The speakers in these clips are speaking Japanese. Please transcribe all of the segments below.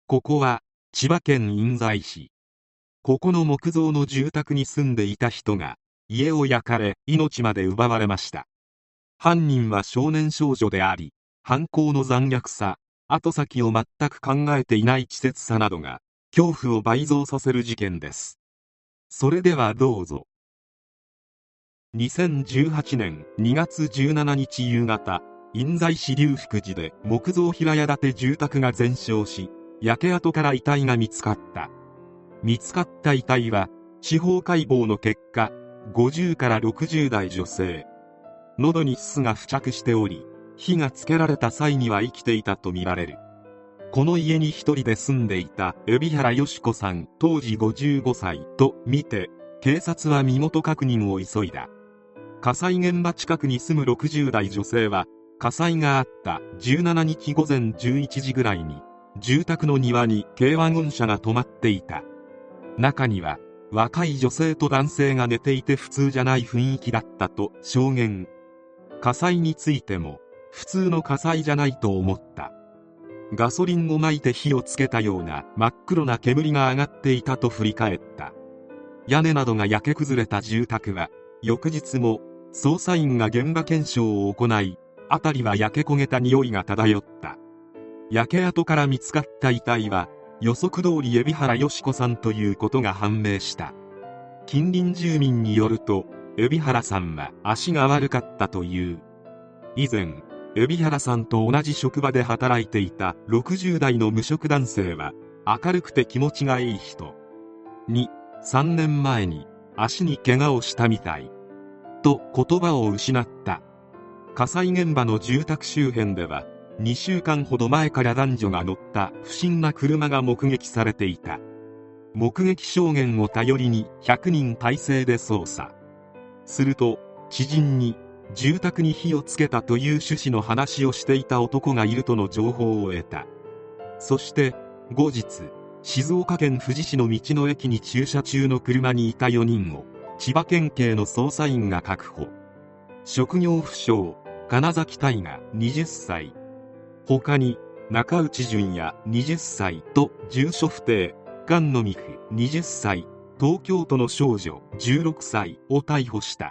ここは千葉県印西市。ここの木造の住宅に住んでいた人が家を焼かれ命まで奪われました。犯人は少年少女であり、犯行の残虐さ、後先を全く考えていない稚拙さなどが恐怖を倍増させる事件です。それではどうぞ。2018年2月17日夕方、印西市龍福寺で木造平屋建て住宅が全焼し、焼け跡から遺体が見つかった。見つかった遺体は司法解剖の結果、50から60代女性。喉にすすが付着しており、火がつけられた際には生きていたとみられる。この家に一人で住んでいた海老原よし子さん当時55歳とみて、警察は身元確認を急いだ。火災現場近くに住む60代女性は、火災があった17日午前11時ぐらいに住宅の庭に軽ワゴン車が止まっていた。中には若い女性と男性が寝ていて普通じゃない雰囲気だったと証言。火災についても普通の火災じゃないと思った。ガソリンをまいて火をつけたような真っ黒な煙が上がっていたと振り返った。屋根などが焼け崩れた住宅は翌日も捜査員が現場検証を行い、辺りは焼け焦げた匂いが漂った。焼け跡から見つかった遺体は予測通り海老原よし子さんということが判明した。近隣住民によると、海老原さんは足が悪かったという。以前海老原さんと同じ職場で働いていた60代の無職男性は明るくて気持ちがいい人。3年前に足に怪我をしたみたいと言葉を失った。火災現場の住宅周辺では2週間ほど前から男女が乗った不審な車が目撃されていた。目撃証言を頼りに100人体制で捜査すると、知人に住宅に火をつけたという趣旨の話をしていた男がいるとの情報を得た。そして後日、静岡県富士市の道の駅に駐車中の車にいた4人を千葉県警の捜査員が確保。職業不詳金崎大河20歳、他に中内淳也20歳と住所不定菅野美久20歳、東京都の少女16歳を逮捕した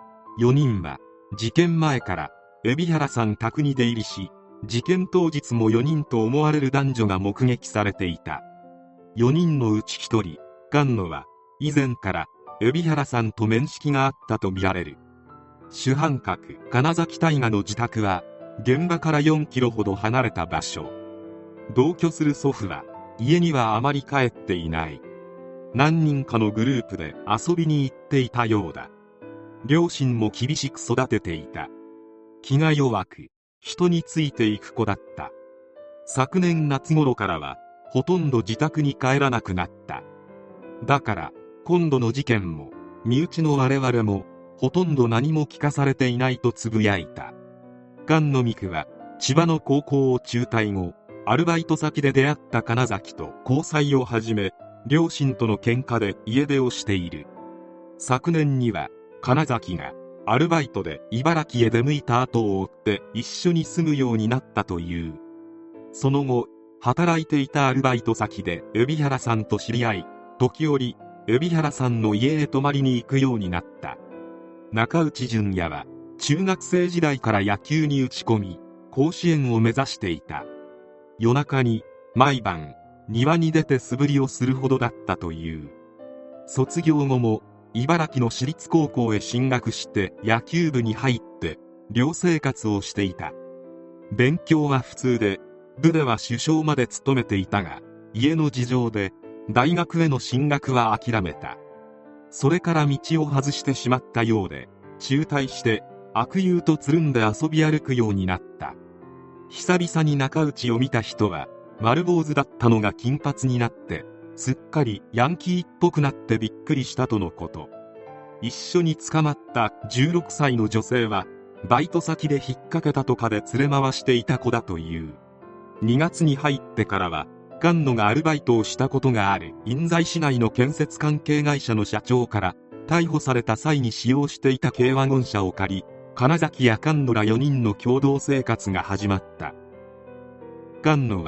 。4人は事件前から海老原さん宅に出入りし、事件当日も4人と思われる男女が目撃されていた。4人のうち1人、菅野は以前から海老原さんと面識があったとみられる。主犯格金崎大河の自宅は現場から4キロほど離れた場所。同居する祖父は家にはあまり帰っていない。何人かのグループで遊びに行っていたようだ。両親も厳しく育てていた。気が弱く人についていく子だった。昨年夏頃からはほとんど自宅に帰らなくなった。だから今度の事件も身内の我々もほとんど何も聞かされていないとつぶやいた。菅野美久は千葉の高校を中退後、アルバイト先で出会った金崎と交際を始め、両親との喧嘩で家出をしている。昨年には金崎がアルバイトで茨城へ出向いた後を追って一緒に住むようになったという。その後働いていたアルバイト先で海老原さんと知り合い、時折海老原さんの家へ泊まりに行くようになった。中内淳也は中学生時代から野球に打ち込み、甲子園を目指していた。夜中に毎晩庭に出て素振りをするほどだったという。卒業後も茨城の私立高校へ進学して野球部に入って寮生活をしていた。勉強は普通で、部では主将まで務めていたが、家の事情で大学への進学は諦めた。それから道を外してしまったようで、中退して悪友とつるんで遊び歩くようになった。久々に中内を見た人は、丸坊主だったのが金髪になってすっかりヤンキーっぽくなってびっくりしたとのこと。一緒に捕まった16歳の女性はバイト先で引っ掛けたとかで連れ回していた子だという。2月に入ってからは菅野がアルバイトをしたことがある印西市内の建設関係会社の社長から逮捕された際に使用していた軽ワゴン車を借り、金崎や菅野ら4人の共同生活が始まった。菅野は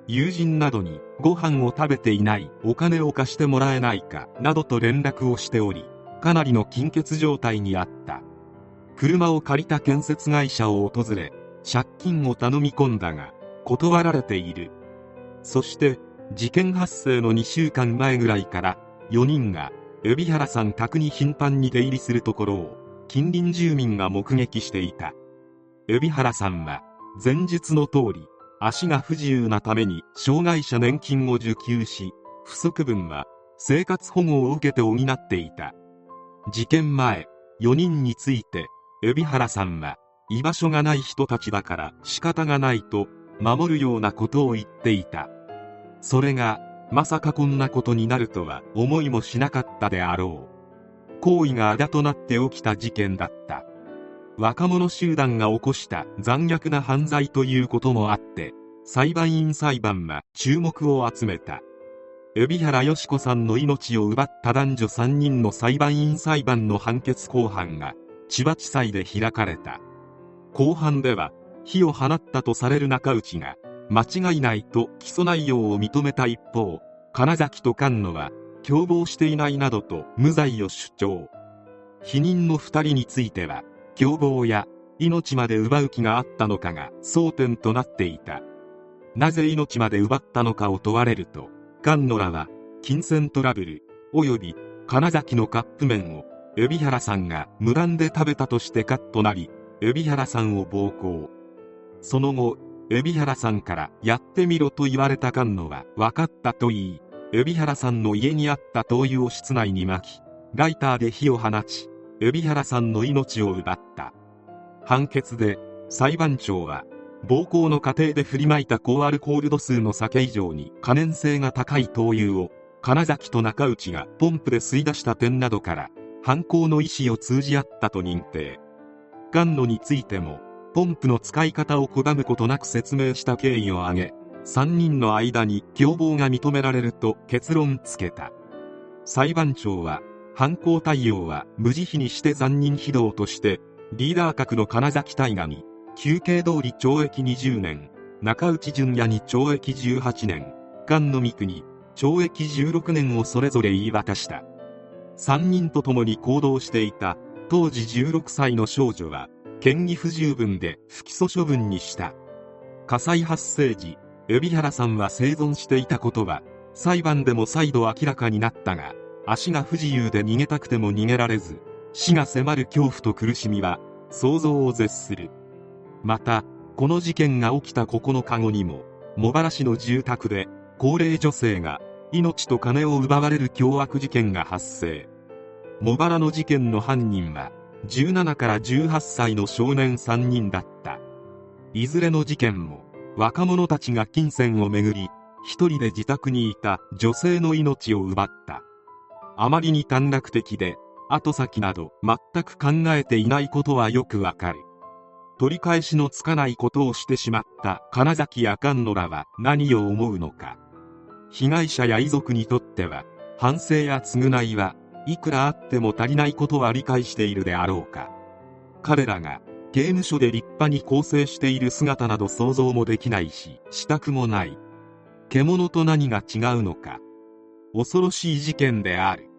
友人などにご飯を食べていない、お金を貸してもらえないかなどと連絡をしており、かなりの金欠状態にあった。車を借りた建設会社を訪れ、借金を頼み込んだが断られている。そして事件発生の2週間前ぐらいから4人が海老原さん宅に頻繁に出入りするところを近隣住民が目撃していた。海老原さんは前述の通り足が不自由なために障害者年金を受給し、不足分は生活保護を受けて補っていた。事件前、4人について海老原さんは居場所がない人たちだから仕方がないと守るようなことを言っていた。それがまさかこんなことになるとは思いもしなかったであろう。行為があだとなって起きた事件だった。若者集団が起こした残虐な犯罪ということもあって裁判員裁判は注目を集めた。海老原よし子さんの命を奪った男女3人の裁判員裁判の判決公判が千葉地裁で開かれた。公判では火を放ったとされる中内が間違いないと起訴内容を認めた一方、金崎と菅野は共謀していないなどと無罪を主張。否認の2人については共謀や命まで奪う気があったのかが争点となっていた。なぜ命まで奪ったのかを問われると、菅野らは金銭トラブル及び金崎のカップ麺を海老原さんが無断で食べたとしてカッとなり、海老原さんを暴行。その後海老原さんからやってみろと言われた菅野は分かったと言い、海老原さんの家にあった灯油を室内に撒き、ライターで火を放ち海老原さんの命を奪った。判決で裁判長は暴行の過程で振りまいた高アルコール度数の酒以上に可燃性が高い灯油を金崎と中内がポンプで吸い出した点などから犯行の意思を通じ合ったと認定。菅野についてもポンプの使い方を拒むことなく説明した経緯を挙げ、3人の間に共謀が認められると結論付けた。裁判長は犯行態様は無慈悲にして残忍非道としてリーダー格の金崎大河に求刑通り懲役20年、中内淳也に懲役18年、菅野美久に懲役16年をそれぞれ言い渡した。3人と共に行動していた当時16歳の少女は嫌疑不十分で不起訴処分にした。火災発生時、海老原さんは生存していたことは裁判でも再度明らかになったが、足が不自由で逃げたくても逃げられず、死が迫る恐怖と苦しみは想像を絶する。またこの事件が起きた9日後にも茂原市の住宅で高齢女性が命と金を奪われる凶悪事件が発生。茂原の事件の犯人は17から18歳の少年3人だった。いずれの事件も若者たちが金銭をめぐり一人で自宅にいた女性の命を奪った。あまりに短絡的で後先など全く考えていないことはよくわかる。取り返しのつかないことをしてしまった金崎や菅野らは何を思うのか。被害者や遺族にとっては反省や償いはいくらあっても足りないことは理解しているであろうか。彼らが刑務所で立派に更生している姿など想像もできないし、したくもない。獣と何が違うのか。恐ろしい事件である。